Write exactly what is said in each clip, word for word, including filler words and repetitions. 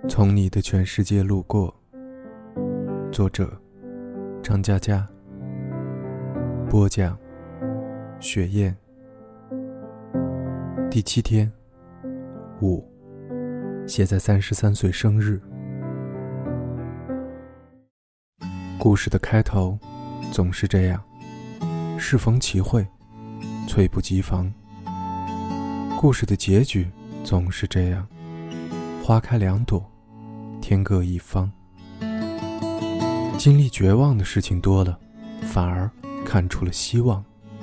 从你的全世界路过，作者张嘉佳，播讲雪雁。第七天，五，写在三十三岁生日。故事的开头总是这样，适逢其会，猝不及防。故事的结局总是这样，花开两朵，天各一方。经历绝望的事情多了，反而看出了希望。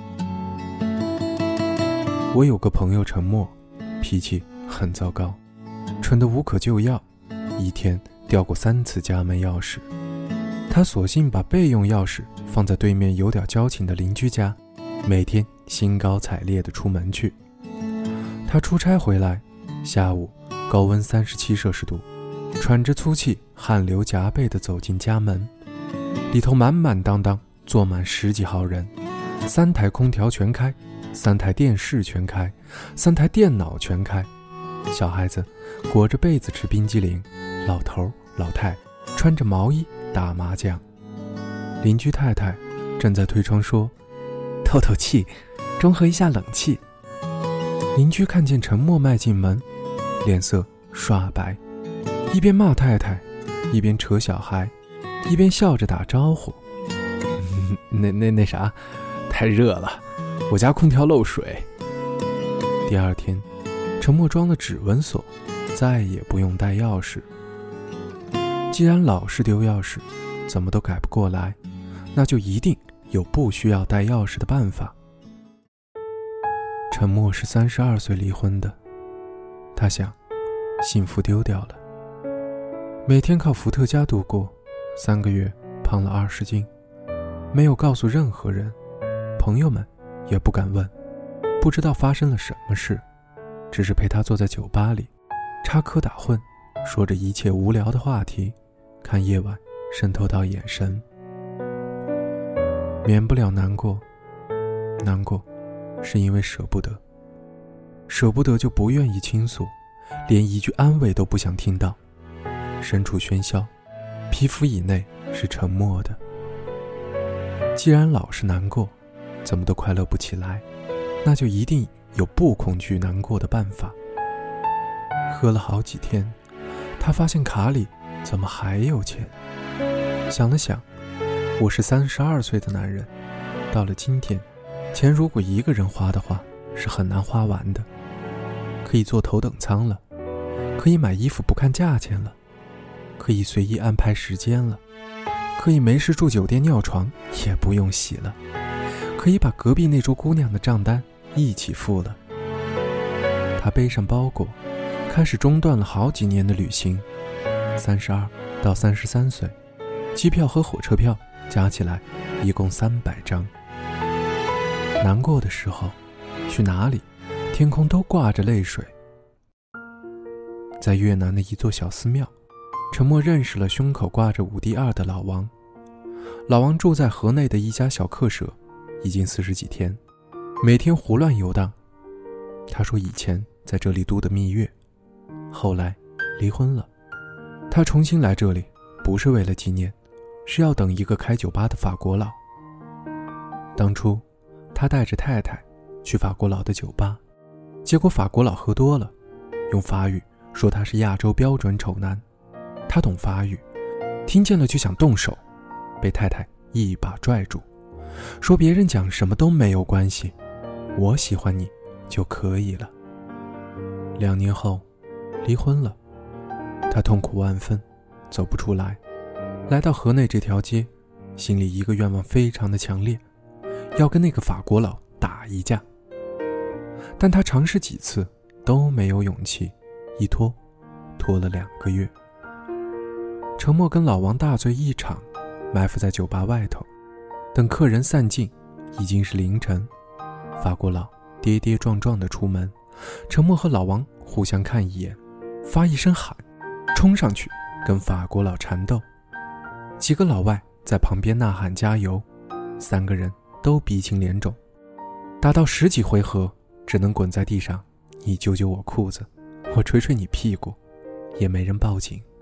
我有个朋友陈默，脾气很糟糕，蠢得无可救药，一天掉过三次家门钥匙。他索性把备用钥匙放在对面有点交情的邻居家，每天兴高采烈地出门去。他出差回来，下午高温三十七摄氏度，喘着粗气，汗流浃背地走进家门，里头满满当当坐满十几号人，三台空调全开，三台电视全开，三台电脑全开，小孩子裹着被子吃冰激凌，老头老太穿着毛衣打麻将。邻居太太正在推窗说，透透气，中和一下冷气。邻居看见陈默迈进门，脸色刷白，一边骂太太，一边扯小孩，一边笑着打招呼、嗯、那那那啥，太热了，我家空调漏水。第二天，陈默装了指纹锁，再也不用带钥匙。既然老是丢钥匙，怎么都改不过来，那就一定有不需要带钥匙的办法。陈默是三十二岁离婚的，他想，幸福丢掉了。每天靠伏特加度过，三个月胖了二十斤，没有告诉任何人，朋友们也不敢问，不知道发生了什么事，只是陪他坐在酒吧里，插科打诨，说着一切无聊的话题，看夜晚渗透到眼神。免不了难过，难过是因为舍不得，舍不得就不愿意倾诉，连一句安慰都不想听到。身处喧嚣，皮肤以内是沉默的。既然老是难过，怎么都快乐不起来，那就一定有不恐惧难过的办法。喝了好几天，他发现卡里怎么还有钱。想了想，我是三十二岁的男人，到了今天，钱如果一个人花的话，是很难花完的。可以坐头等舱了，可以买衣服不看价钱了，可以随意安排时间了，可以没事住酒店尿床也不用洗了，可以把隔壁那桌姑娘的账单一起付了。他背上包裹，开始中断了好几年的旅行。三十二到三十三岁，机票和火车票加起来一共三百张。难过的时候，去哪里，天空都挂着泪水。在越南的一座小寺庙，陈默认识了胸口挂着五 D 二的老王。老王住在河内的一家小客舍，已经四十几天，每天胡乱游荡。他说以前在这里度的蜜月，后来离婚了。他重新来这里，不是为了纪念，是要等一个开酒吧的法国佬。当初他带着太太去法国佬的酒吧，结果法国佬喝多了，用法语说他是亚洲标准丑男。他懂法语，听见了就想动手，被太太一把拽住，说别人讲什么都没有关系，我喜欢你就可以了。两年后离婚了，他痛苦万分，走不出来，来到河内这条街，心里一个愿望非常的强烈，要跟那个法国佬打一架。但他尝试几次都没有勇气，一拖拖了两个月。陈默跟老王大醉一场，埋伏在酒吧外头，等客人散尽，已经是凌晨。法国佬跌跌撞撞地出门，陈默和老王互相看一眼，发一声喊，冲上去跟法国佬缠斗。几个老外在旁边呐喊加油，三个人都鼻青脸肿，打到十几回合，只能滚在地上，你揪揪我裤子，我捶捶你屁股，也没人报警。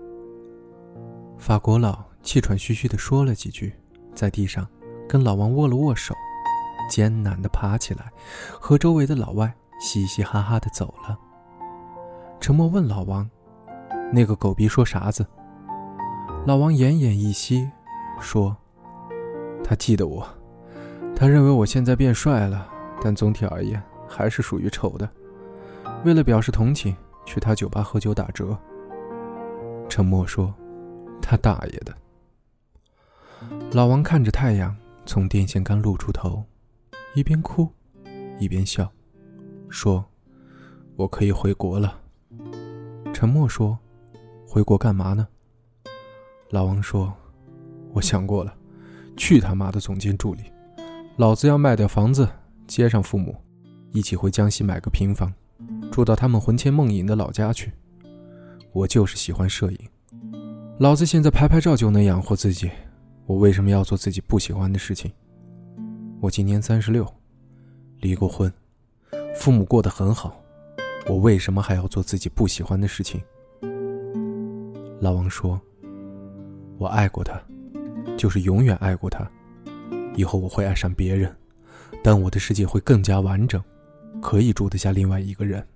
法国佬气喘吁吁地说了几句，在地上跟老王握了握手，艰难地爬起来，和周围的老外嘻嘻哈哈地走了。沉默问老王：那个狗逼说啥子？老王奄奄一息，说：他记得我，他认为我现在变帅了，但总体而言还是属于丑的。为了表示同情，去他酒吧喝酒打折。沉默说：他大爷的。老王看着太阳从电线杆露出头，一边哭一边笑，说：我可以回国了。沉默说：回国干嘛呢？老王说：我想过了，去他妈的总监助理，老子要卖掉房子，接上父母，一起回江西买个平房，住到他们魂牵梦萦的老家去。我就是喜欢摄影，老子现在拍拍照就能养活自己，我为什么要做自己不喜欢的事情？我今年三十六，离过婚，父母过得很好，我为什么还要做自己不喜欢的事情？老王说：我爱过他，就是永远爱过他，以后我会爱上别人，但我的世界会更加完整，可以住得下另外一个人。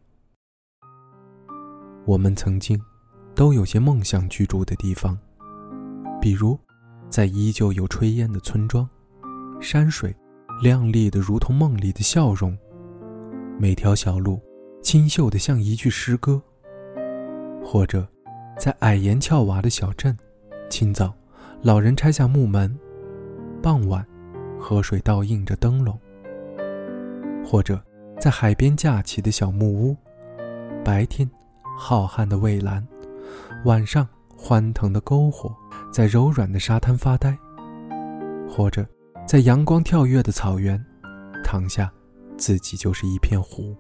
我们曾经都有些梦想居住的地方，比如在依旧有炊烟的村庄，山水亮丽的如同梦里的笑容，每条小路清秀的像一句诗歌。或者在矮檐翘瓦的小镇，清早老人拆下木门，傍晚河水倒映着灯笼。或者在海边架起的小木屋，白天浩瀚的蔚蓝，晚上欢腾的篝火在柔软的沙滩发呆。或者在阳光跳跃的草原，躺下自己就是一片湖。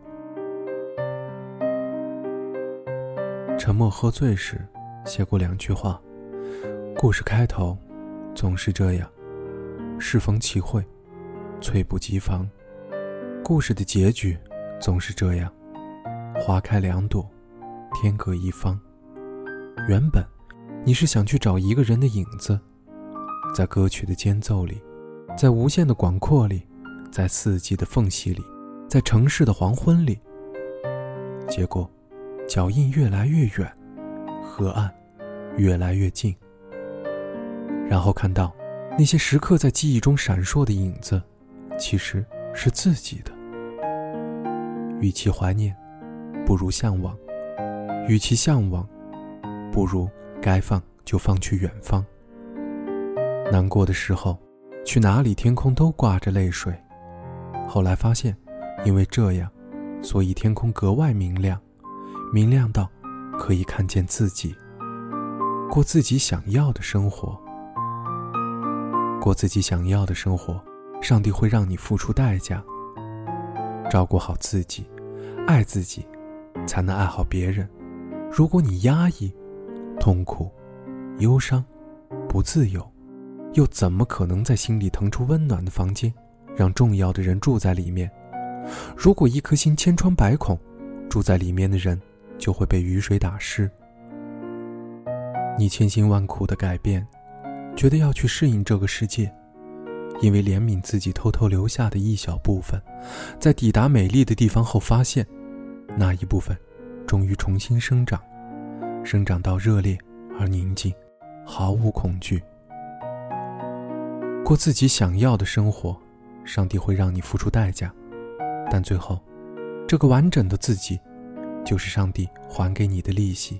沉默喝醉时写过两句话：故事开头总是这样，适逢其会，猝不及防；故事的结局总是这样，花开两朵，天各一方。原本你是想去找一个人的影子，在歌曲的间奏里，在无限的广阔里，在四季的缝隙里，在城市的黄昏里。结果脚印越来越远，河岸越来越近，然后看到那些时刻在记忆中闪烁的影子，其实是自己的。与其怀念，不如向往；与其向往，不如该放就放去远方。难过的时候，去哪里天空都挂着泪水。后来发现，因为这样，所以天空格外明亮，明亮到可以看见自己。过自己想要的生活，过自己想要的生活，上帝会让你付出代价。照顾好自己，爱自己，才能爱好别人。如果你压抑、痛苦、忧伤、不自由，又怎么可能在心里腾出温暖的房间，让重要的人住在里面？如果一颗心千疮百孔，住在里面的人就会被雨水打湿。你千辛万苦的改变，觉得要去适应这个世界，因为怜悯自己偷偷留下的一小部分，在抵达美丽的地方后发现，那一部分终于重新生长，生长到热烈而宁静，毫无恐惧。过自己想要的生活，上帝会让你付出代价，但最后，这个完整的自己，就是上帝还给你的利息。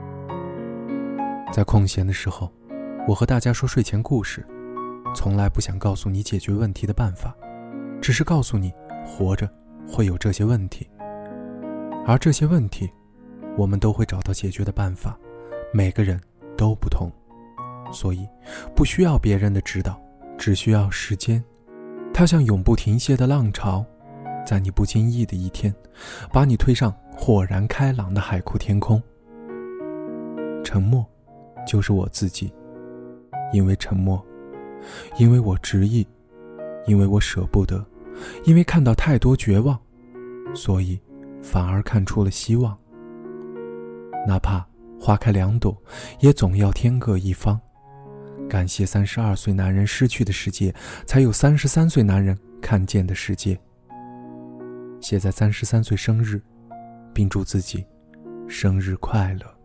在空闲的时候，我和大家说睡前故事，从来不想告诉你解决问题的办法，只是告诉你活着会有这些问题，而这些问题我们都会找到解决的办法，每个人都不同，所以不需要别人的指导，只需要时间。它像永不停歇的浪潮，在你不经意的一天，把你推上豁然开朗的海阔天空。沉默就是我自己，因为沉默，因为我执意，因为我舍不得，因为看到太多绝望，所以反而看出了希望。哪怕花开两朵，也总要天各一方。 感谢三十二岁男人失去的世界，才有三十三岁男人看见的世界。写在三十三岁生日，并祝自己生日快乐。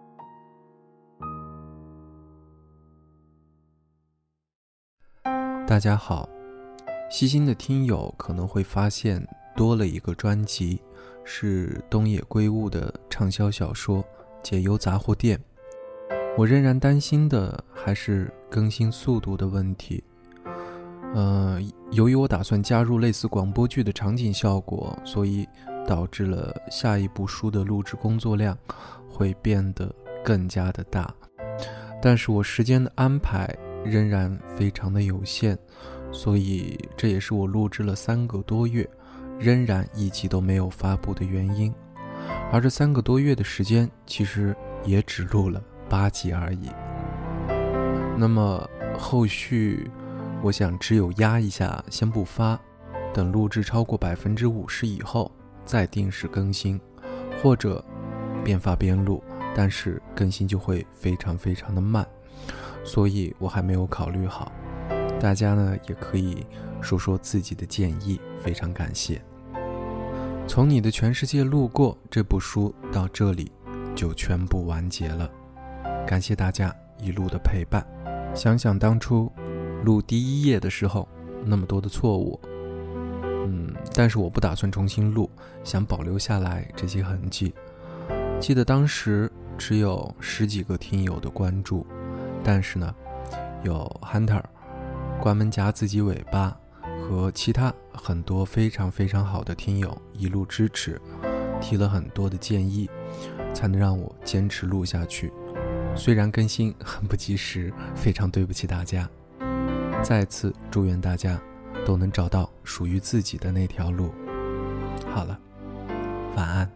大家好，细心的听友可能会发现多了一个专辑，是东野圭吾的畅销小说《解忧杂货店》。我仍然担心的还是更新速度的问题。呃，由于我打算加入类似广播剧的场景效果，所以导致了下一部书的录制工作量会变得更加的大。但是我时间的安排仍然非常的有限，所以这也是我录制了三个多月仍然一集都没有发布的原因。而这三个多月的时间其实也只录了八集而已。那么后续我想只有压一下先不发，等录制超过 百分之五十 以后再定时更新，或者边发边录，但是更新就会非常非常的慢，所以我还没有考虑好。大家呢也可以说说自己的建议，非常感谢。从你的全世界路过这部书到这里就全部完结了，感谢大家一路的陪伴。想想当初录第一页的时候那么多的错误，嗯，但是我不打算重新录，想保留下来这些痕迹。记得当时只有十几个听友的关注，但是呢有 Hunter、 关门夹自己尾巴和其他很多非常非常好的听友一路支持，提了很多的建议，才能让我坚持录下去。虽然更新很不及时，非常对不起大家。再次祝愿大家都能找到属于自己的那条路。好了，晚安。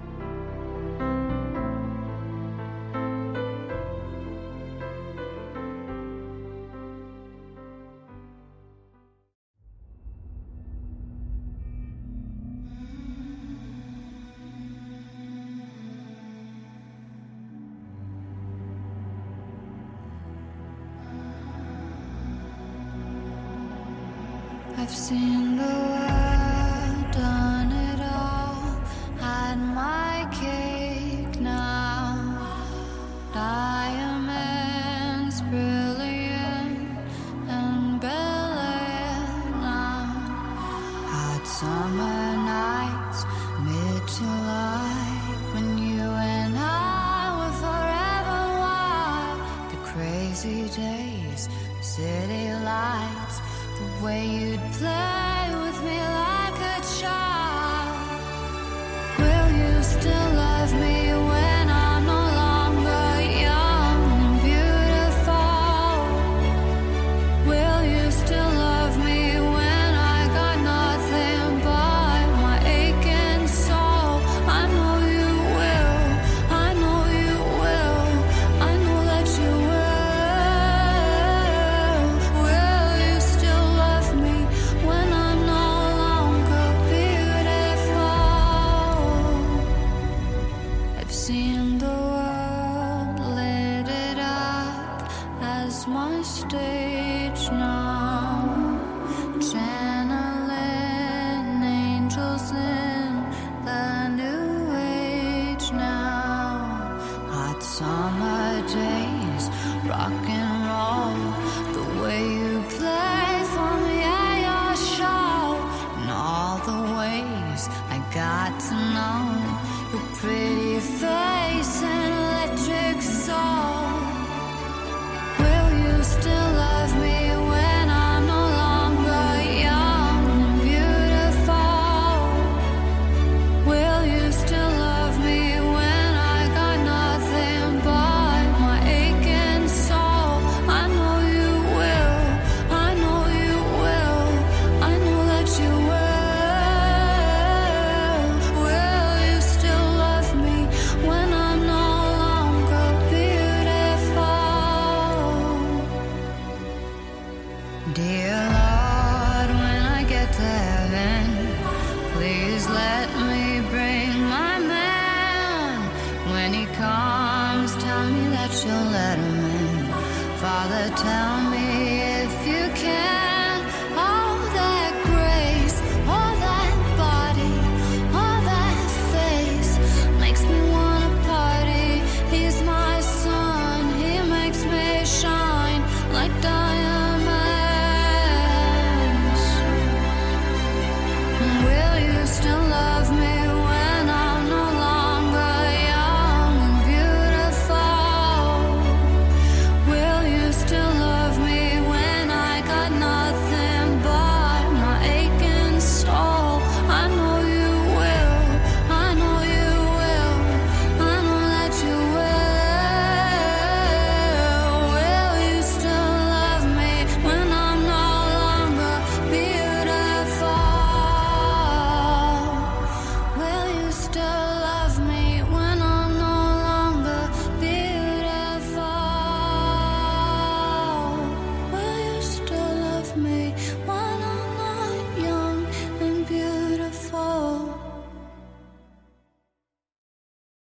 I've seen the world, done it all, had my cake now. Diamonds brilliant and brilliant now. Hot summer nights, mid-July, when you and I were forever wild. The crazy days, city lights, the way you'd play with me like a child. Will you still love me when I'm no longer young and beautiful? Will you still love me when I got nothing but my aching soul? I know you will, I know you will, I know that you will. Will you still love me when I'm no longer beautiful? I've seen the world, lit it up as my stage now, channeling angels in the new age now. Hot summer days, rock and roll, the way you play for me at your show, and all the ways I got to know your pretty face and electric soul. Will you still love me when I'm no longer young and beautiful? Will you still love me when I got nothing but my aching soul? I know you will, I know you will, I know that you will. Will you still love me when I'm no longer beautiful? Dear Lord, when I get to heaven, please let me bring my man. When he comes, tell me that you'll let him in. Father, tell me